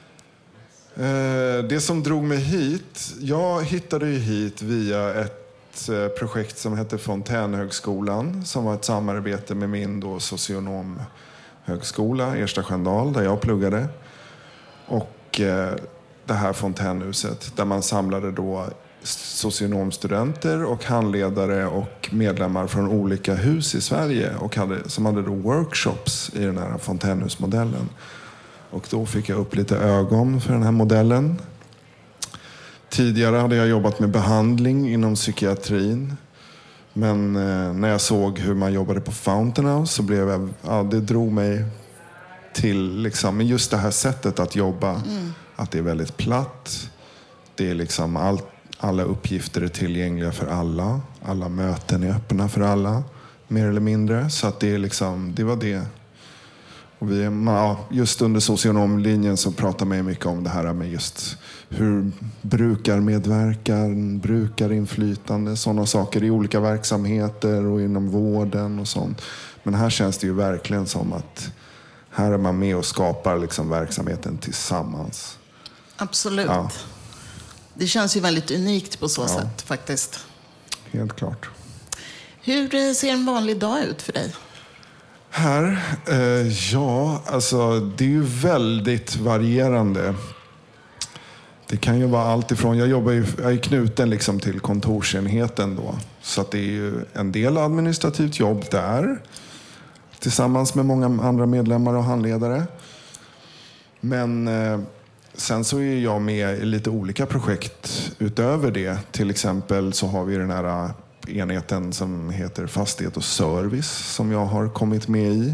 Eh, det som drog mig hit... Jag hittade ju hit via ett eh, projekt som hette Fontänhögskolan, som var ett samarbete med min då socionomhögskola, Ersta Sköndal, där jag pluggade. Och eh, det här fontänhuset, där man samlade då socionomstudenter och handledare och medlemmar från olika hus i Sverige och hade, som hade då workshops i den här fontänhusmodellen. Och då fick jag upp lite ögon för den här modellen. Tidigare hade jag jobbat med behandling inom psykiatrin. Men eh, när jag såg hur man jobbade på Fountain House så blev jag, ja, det drog mig till liksom, just det här sättet att jobba. Mm. Att det är väldigt platt. Det är liksom allt, alla uppgifter är tillgängliga för alla. Alla möten är öppna för alla, mer eller mindre. Så att det är liksom, det var det. Och vi, ja, just under socionomlinjen så pratar man mycket om det här med just hur brukarmedverkan, brukarinflytande, sådana saker i olika verksamheter och inom vården och sånt. Men här känns det ju verkligen som att här är man med och skapar liksom verksamheten tillsammans. Absolut. Ja. Det känns ju väldigt unikt på så Ja. sätt faktiskt. Helt klart. Hur ser en vanlig dag ut för dig? Här? Eh, ja, alltså det är ju väldigt varierande. Det kan ju vara allt ifrån, jag jobbar ju, jag är knuten liksom till kontorsenheten då. Så att det är ju en del administrativt jobb där. Tillsammans med många andra medlemmar och handledare. Men eh, sen så är jag med i lite olika projekt utöver det. Till exempel så har vi den här enheten som heter fastighet och service som jag har kommit med i.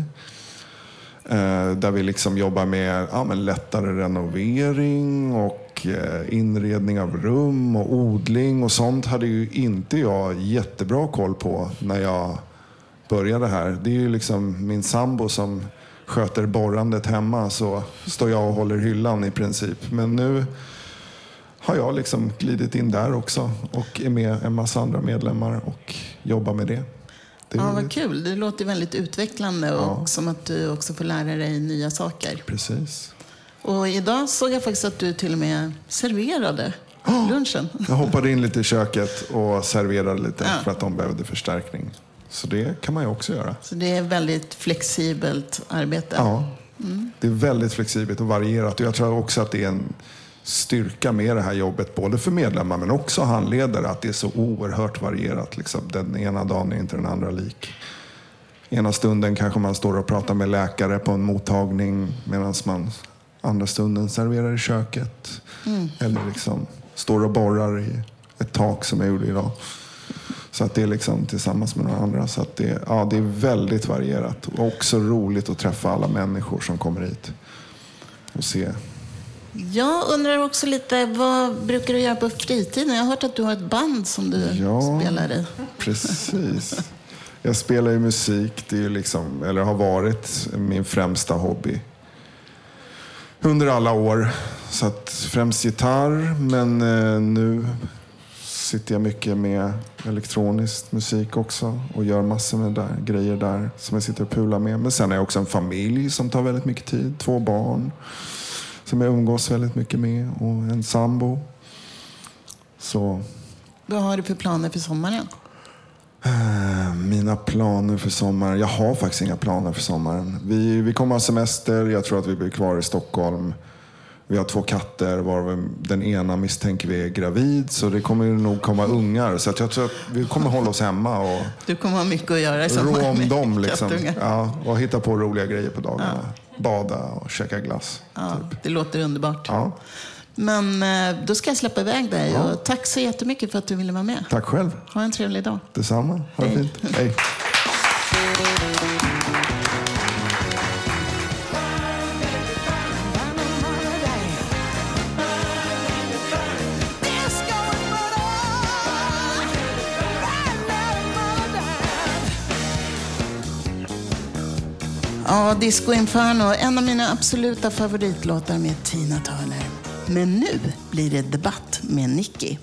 Eh, där vi liksom jobbar med ja, men lättare renovering och eh, inredning av rum och odling och sånt hade ju inte jag jättebra koll på när jag började här. Det är ju liksom min sambo som sköter borrandet hemma, så står jag och håller hyllan i princip. Men nu har jag liksom glidit in där också och är med en massa andra medlemmar och jobbar med det. det Ja, vad kul. Det låter väldigt utvecklande och Ja. som att du också får lära dig nya saker. Precis. Och idag såg jag faktiskt att du till och med serverade lunchen. Jag hoppade in lite i köket och serverade lite Ja. för att de behövde förstärkning. Så det kan man ju också göra. Så det är väldigt flexibelt arbete. Ja, Mm. det är väldigt flexibelt och varierat. Och jag tror också att det är en styrka med det här jobbet, både för medlemmar men också handledare, att det är så oerhört varierat. Liksom. Den ena dagen är inte den andra lik. Ena stunden kanske man står och pratar med läkare på en mottagning medan man andra stunden serverar i köket. Mm. Eller liksom står och borrar i ett tak som jag gjorde idag. Så att det är liksom tillsammans med några andra. Så att det, ja, det är väldigt varierat. Och också roligt att träffa alla människor som kommer hit och se. Jag undrar också lite, vad brukar du göra på fritiden? Jag har hört att du har ett band som du Ja. spelar i. Precis. Jag spelar ju musik. Det är ju liksom, eller har varit min främsta hobby under alla år. Så att främst gitarr, men eh, nu sitter jag mycket med elektronisk musik också och gör massor med där, grejer där som jag sitter och pular med. Men sen är jag också en familj som tar väldigt mycket tid. Två barn som jag umgås väldigt mycket med och en sambo. Så... Vad har du för planer för sommaren? Eh, Mina planer för sommaren? Jag har faktiskt inga planer för sommaren. Vi, vi kommer ha semester. Jag tror att vi blir kvar i Stockholm. Vi har två katter, var den ena misstänker vi är gravid. Så det kommer nog komma ungar. Så att jag tror att vi kommer hålla oss hemma och Du kommer ha mycket att göra i rå sommar om med dem. Liksom. kattungar. Ja, och hitta på roliga grejer på dagarna. Bada och käka glass. Ja, det låter underbart. Ja. Men eh, då ska jag släppa iväg dig. Ja. Och tack så jättemycket för att du ville vara med. Tack själv. Ha en trevlig dag. Detsamma. Ha det Hej. fint. Hej. Ja, Disco Inferno. En av mina absoluta favoritlåtar med Tina Turner. Men nu blir det debatt med Nicky.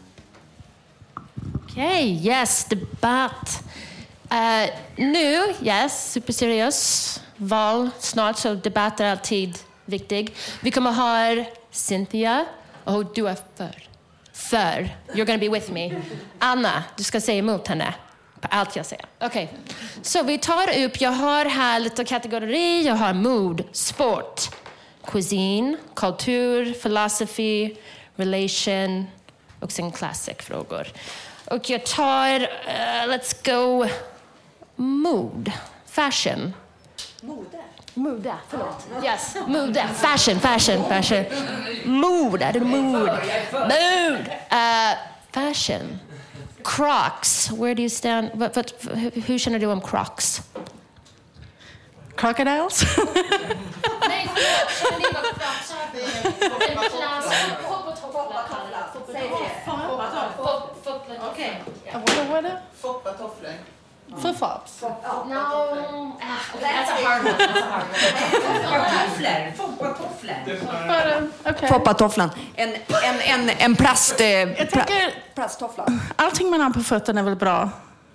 Okay, yes, debatt. Uh, nu, yes, superseriös val snart, så debatt är alltid viktig. Vi kommer ha Cynthia. Och du är för. För. You're gonna be with me. Anna, du ska säga emot henne på allt jag säger. Okej. Okay. Så vi tar upp, jag har här lite kategorier. Jag har mood, sport, cuisine, kultur, philosophy, relation och sen classic-frågor. Och jag tar, uh, let's go, mood, fashion. Mode? Mode, förlåt. Yes, mode, fashion, fashion, fashion. Mood, är det mood? Mood! Uh, fashion. Crocs, where do you stand? Vad, vad, hur känner du om Crocs? Crocodiles? Nej, förlåt. Känner ni vad Crocs är? En plast. Foppatofflar. Foppatofflar. Okej. Vad är det? Foppatofflor. Flip-flops? No. That's a hard one. That's a hard one. Foppatofflor. Okej. Foppatofflan. En, en, en, en plast, eh, Jag tänker, plasttoffla. allting man har på fötterna är väl bra?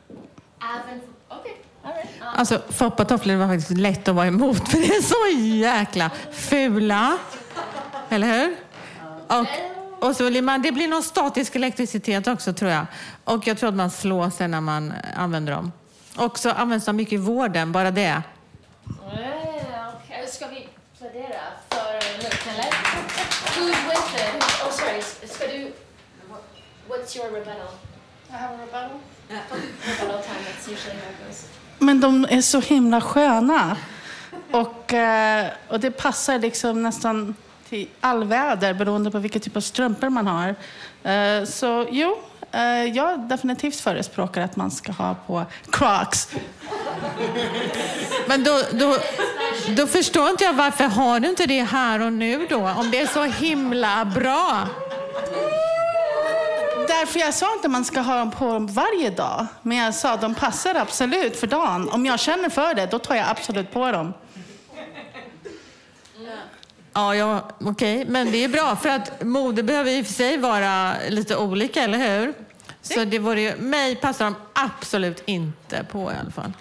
Alltså, foppatofflor var faktiskt lätt att vara emot, för det är så jäkla fula. Eller hur? Och, och så blir man, det blir någon statisk elektricitet också, tror jag. Och jag tror att man slår sig när man använder dem. Och så används de mycket i vården, bara det. Okay. Ska vi plädera för Luke, eller? Who's with it? Oh, sorry. Ska du... What's your rebuttal? I have a rebuttal? Rebuttal time, that's usually how it goes. Men de är så himla sköna. Och, eh, och det passar liksom nästan till all väder beroende på vilken typ av strumpor man har. Eh, så jo, eh, jag definitivt förespråkar att man ska ha på Crocs. Men då, då, då förstår inte jag, varför har du inte det här och nu då? Om det är så himla bra. Därför jag sa inte att man ska ha dem på varje dag. Men jag sa att de passar absolut för dagen. Om jag känner för det, då tar jag absolut på dem. Ja, ja, okej. Okay. Men det är bra, för att mode behöver i och för sig vara lite olika, eller hur? Så det vore ju, mig passar de absolut inte på i alla fall.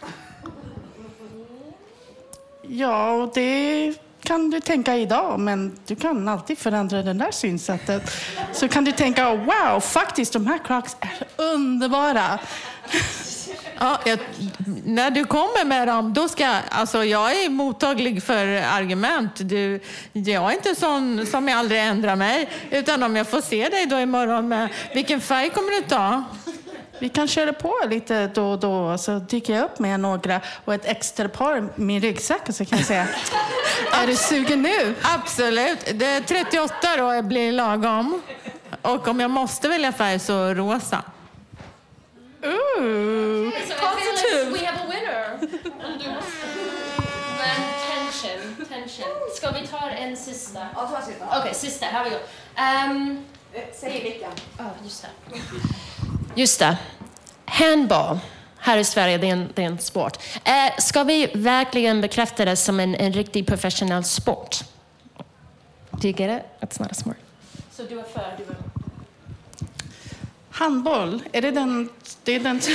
Ja, och det kan du tänka idag, men du kan alltid förändra det där synsättet. Så kan du tänka, wow, faktiskt de här Crocs är underbara. Ja, jag, när du kommer med dem, då ska alltså jag är mottaglig för argument. Du, jag är inte sån som jag aldrig ändrar mig, utan om jag får se dig då imorgon med vilken färg kommer du ta? Vi kan köra på lite då och då, så dyker jag upp med några och ett extra par min ryggsäck, så kan jag säga, är du sugen nu? Absolut, det är trettioåtta då, blir lagom. Och om jag måste välja färg så rosa. Ooh, okay, so positive. We have a winner. Men tension, tension. Ska vi ta en sista? Ja, ta sista. Okej, okay, sista. Här vi går. Um, Säg vilken. Ja, oh, just det. Just det. Handball. Här i Sverige, det är en, det är en sport. Eh, ska vi verkligen bekräfta det som en, en riktig professionell sport? Do you get it? It's not a sport. Så du är för, du är... Handboll, är det den, det är den som,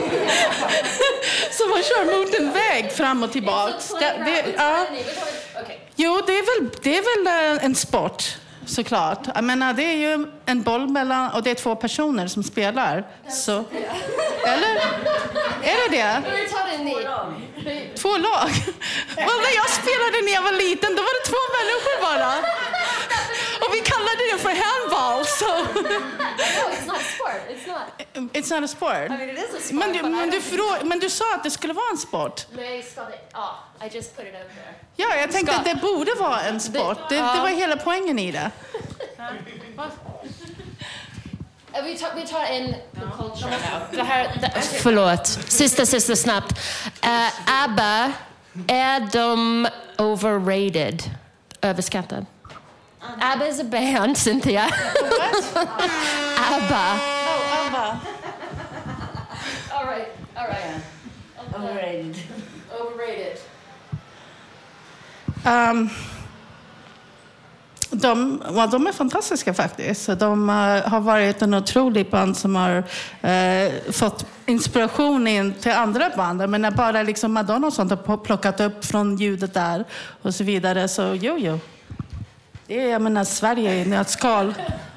som man kör mot en väg fram och tillbaka? Det, det, ja. Jo, det är väl, det är väl en sport, såklart. Jag menar, det är ju en boll mellan, och det är två personer som spelar. Så. Eller? Är det det? Två lag? Well, när jag spelade när jag var liten, då var det två människor bara. Och vi kallade det för handball, så... No, it's not a sport. It's not. It's not a sport. I mean, it is a sport. Men du, men, du frå- men du sa att det skulle vara en sport. Nej, ska det... Ja, I just put it over there. Ja, jag tänkte ska... att det borde vara en sport. Det, det var hela poängen i det. Vi tar, vi tar en culture now. Det här, det, förlåt. Sista, sista, snabbt. Uh, ABBA, är de overrated? Överskattad? ABBA is a band, Cynthia. What? ABBA. Oh, ABBA. All right, all right. Overrated. Overrated. Um, De, ja, de är fantastiska faktiskt. De uh, har varit en otrolig band som har uh, fått inspiration in till andra band. Men när bara liksom Madonna och sånt har plockat upp från ljudet där och så vidare. Så jo, jo. Det är, jag menar, Sverige i nötskal.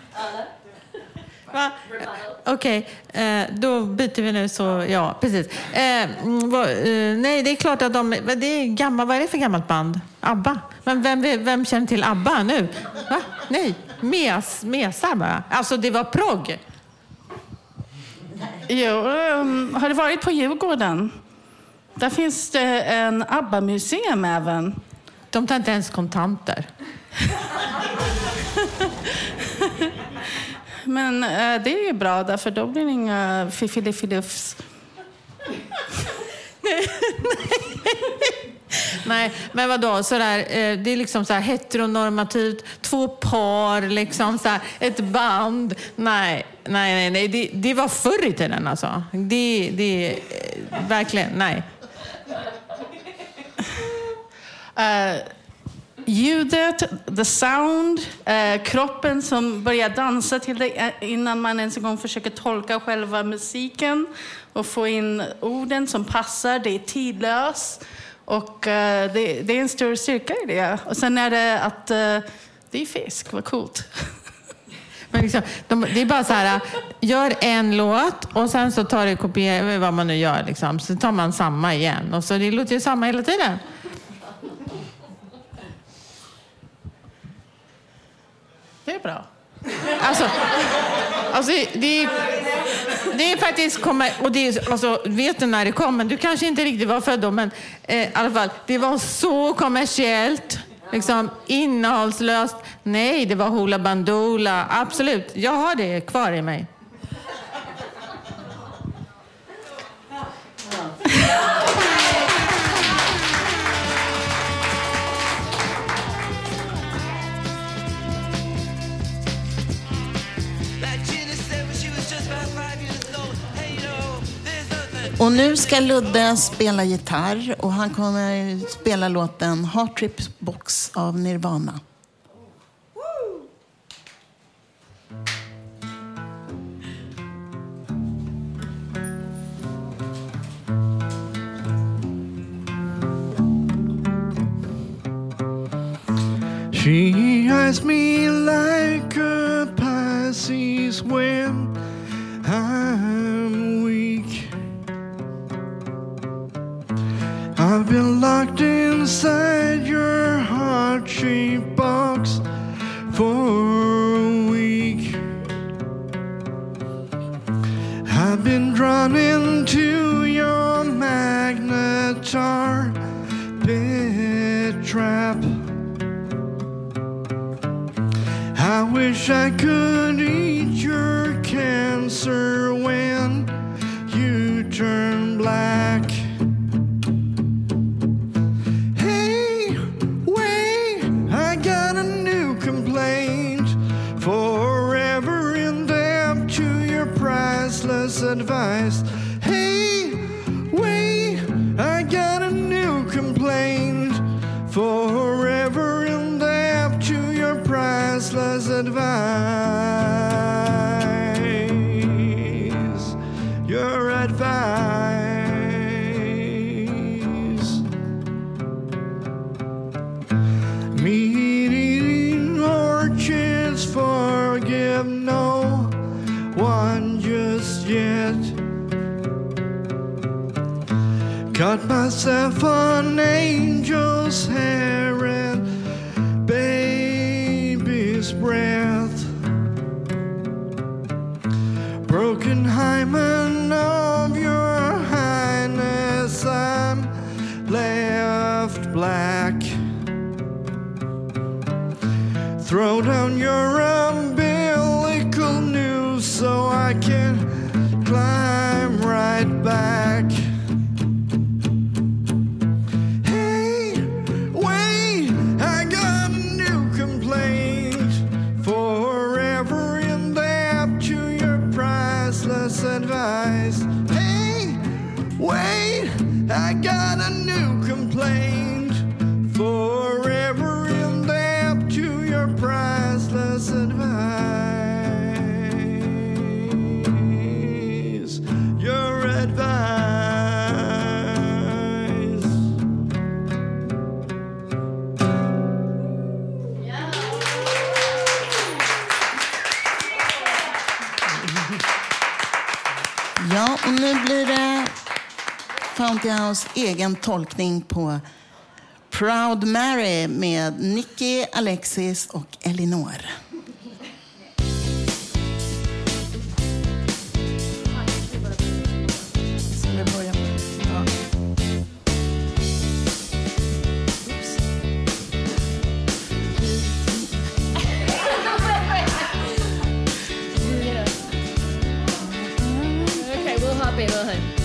Va? Okej, okay. eh, då byter vi nu så, ja, precis. Eh, vad, eh, nej, det är klart att de, det är gamla, vad är det för gammalt band? ABBA. Men vem, vem känner till ABBA nu? Va? Nej, mes, mesar bara. Alltså det var progg. Jo, um, har du varit på Djurgården? Där finns det en ABBA-museum även. De tar inte ens kontanter. Men eh, det är ju bra, därför då blir det inga fiffidiffiduffs. Nej, men vadå, sådär, eh, det är liksom så här heteronormativt, två par, liksom så här, ett band. Nej, nej, nej, nej. Det, det var förr i tiden alltså. Det, det eh, verkligen, nej. Uh, ljudet, the sound, uh, kroppen som börjar dansa till det innan man ens en gång försöker tolka själva musiken och få in orden som passar. Det är tidlöst och uh, det, det är en större styrka i det. Och sen är det att uh, det är fisk, vad coolt. Men liksom, de, det är bara så här, gör en låt och sen så tar det kopiera vad man nu gör liksom. Så tar man samma igen och så det låter ju samma hela tiden. Det är bra. Alltså, alltså det, är, det är faktiskt kommer, och det är, alltså, vet du när det kom, men du kanske inte riktigt var född då, men eh, i alla fall, det var så kommersiellt, liksom innehållslöst. Nej, det var Hoola Bandoola, absolut. Jag har det kvar i mig. Och nu ska Ludde spela gitarr och han kommer spela låten Heart Trip Box av Nirvana. She eyes me like a Pisces when I'm weak. I've been locked inside your heart-shaped box for a week. I've been drawn into your magnetar pit trap. I wish I could eat your cancer when you turn black. Hey, wait, I got a new complaint. Forever in debt to your priceless advice. Hey, wait, I got a new complaint. Forever in debt to your priceless advice. Your advice. Meat-eating orchids forgive no one just yet. Cut myself on angel's hair and baby's breath. Broken hymen of your highness, I'm left black. Throw down your umbilical noose so I can climb right back. Hey, wait, I got a new complaint. Forever in debt to your priceless advice. Hey, wait, I got a new complaint. Forever in debt to your priceless Och nu blir det Fountain House egen tolkning på Proud Mary med Nicky, Alexis och Elinor. Ska vi börja med? Ja. Okay, we'll hop in, we'll hop in.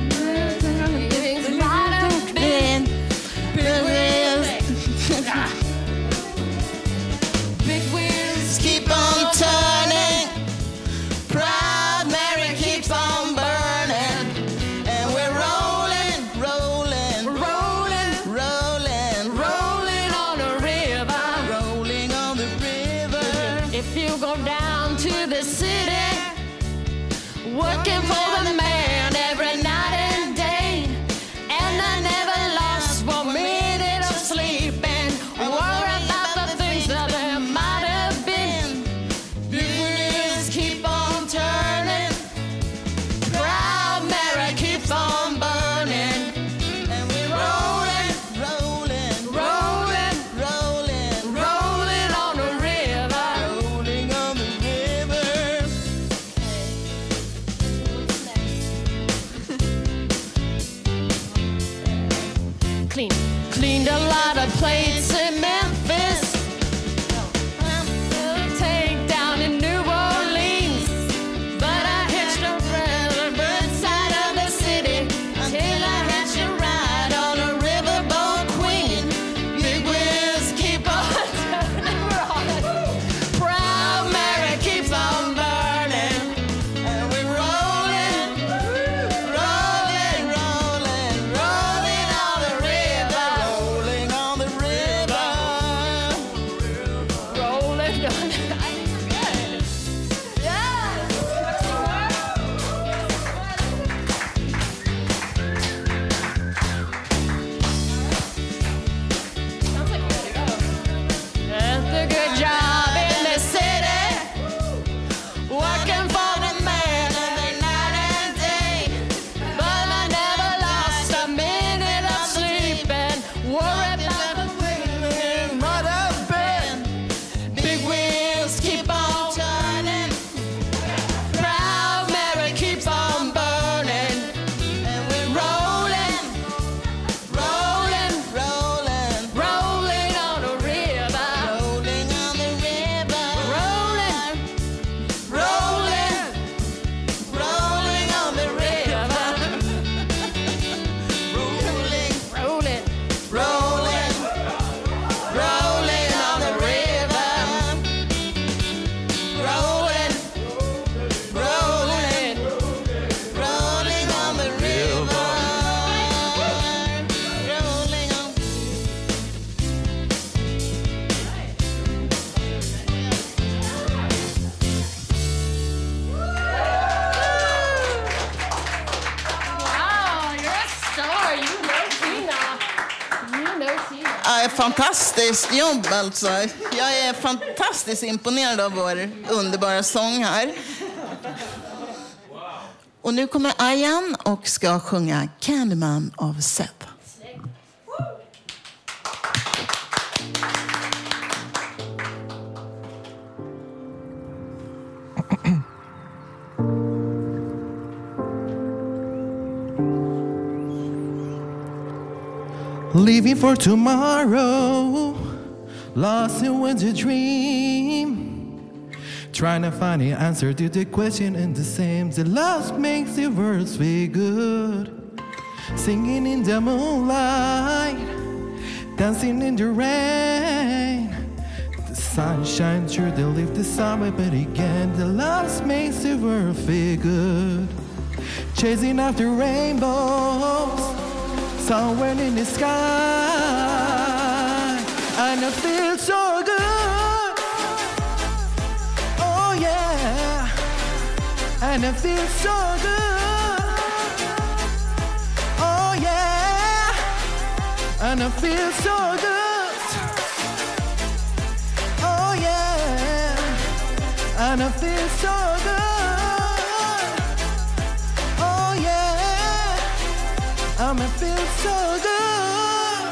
Big wheels keep on turning. Proud Mary keeps on burning. And we're rolling, rolling, rolling, rolling, rolling on the river. Rolling on the river. If you go down to the city, working for the man every night and day, and I never lost one minute of sleep and worry about the things that there might have been. Big wheels keep on turning. Proud Mary keeps on burning. And we're rolling, rolling, Rolling, rolling, rolling on the river. rolling on the river. Clean, cleaned a lot of plates in Memphis. Take down in New Orleans, but I hitched a ride side of the city till I hitched a ride on a riverboat queen. Big wheels keep on turning. Proud Mary keeps on burning, And we're rolling, rolling, rolling, rolling on the river. Rolling on the river. rolling on. That's a good job in the city, working for the man every night and day. But I never lost a minute of sleep and worried about the things that might have been. Big wheels keep on turning. Proud Mary keeps on burning. And we're Rolling, rolling, rolling, rolling on the river. rolling on the river. Rolling, rolling, rolling on the river. Rolling, rolling, rolling, rolling on the river. Rolling, rolling, rolling on the river. Rolling on. Wow, you're a star. You know Tina. You know Tina. Ja, fantastiskt jobb alltså. Jag är fantastiskt imponerad av vår underbara sång här. Och nu kommer Ayan och ska sjunga Candyman av Seth. Leaving for tomorrow, lost in winter dream, trying to find the answer to the question and the same. The love makes the world feel good, singing in the moonlight, dancing in the rain. The sun shines through the leaf, the summer, but again the love makes the world feel good, chasing after rainbows somewhere in the sky, and it feels so good. Oh yeah, and it feels so good. Oh yeah, and it feels so good. Oh yeah, and it feels so good. Oh feels so good.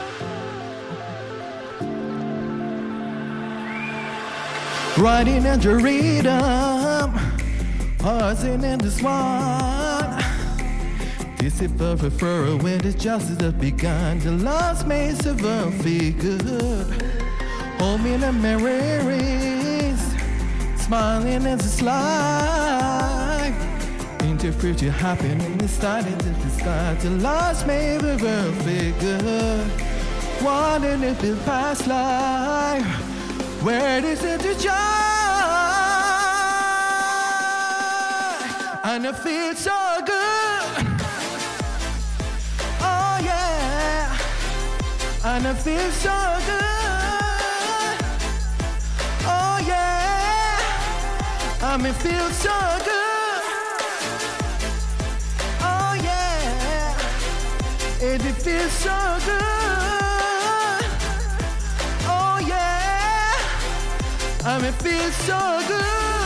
Riding in your rhythm, pausing in the swan. This is perfect for a when it's just as it begun. The lost makes the world feel good. Hold me in the memories, smiling as a slide. Into future happening, it started to the sky. The lost made the world feel good. Wondering if it past life, where is it to joy? And it feels so good. Oh yeah. And it feels so good. Oh yeah. And it feels so good. Oh yeah. And it feels so good. Oh yeah. And it feels so good.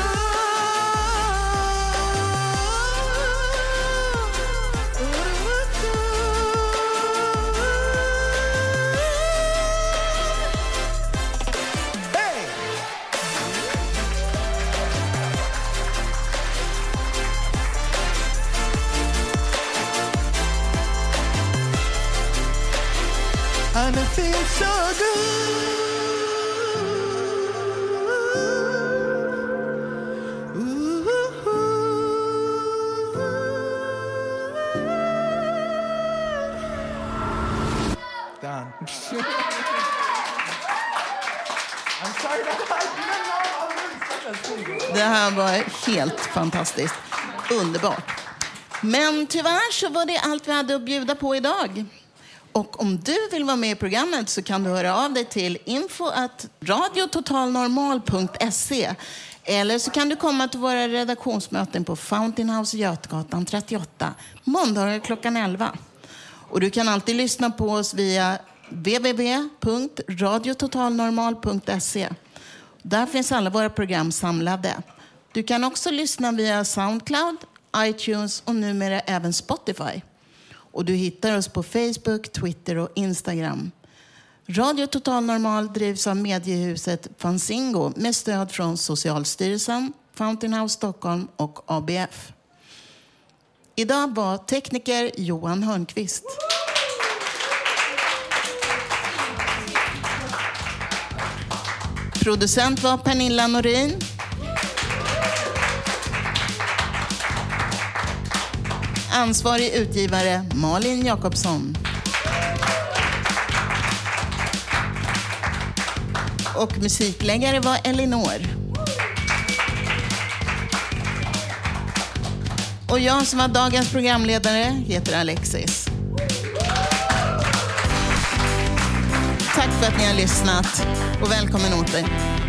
And it feels so good. Done. I'm sorry that I didn't know. Det här var helt fantastiskt. Underbart. Men tyvärr så var det allt vi hade att bjuda på idag. Och om du vill vara med i programmet så kan du höra av dig till info at radiototalnormal punkt se. Eller så kan du komma till våra redaktionsmöten på Fountain House Götgatan trettioåtta, måndagar klockan elva. Och du kan alltid lyssna på oss via w w w punkt radiototalnormal punkt se. Där finns alla våra program samlade. Du kan också lyssna via Soundcloud, iTunes och numera även Spotify. Och du hittar oss på Facebook, Twitter och Instagram. Radio Total Normal drivs av mediehuset Fanzingo med stöd från Socialstyrelsen, Fountain House Stockholm och A B F. Idag var tekniker Johan Hörnqvist. Producent var Pernilla Norin. Ansvarig utgivare Malin Jakobsson. Och musikläggare var Elinor. Och jag som var dagens programledare heter Alexis. Tack för att ni har lyssnat och välkommen åter.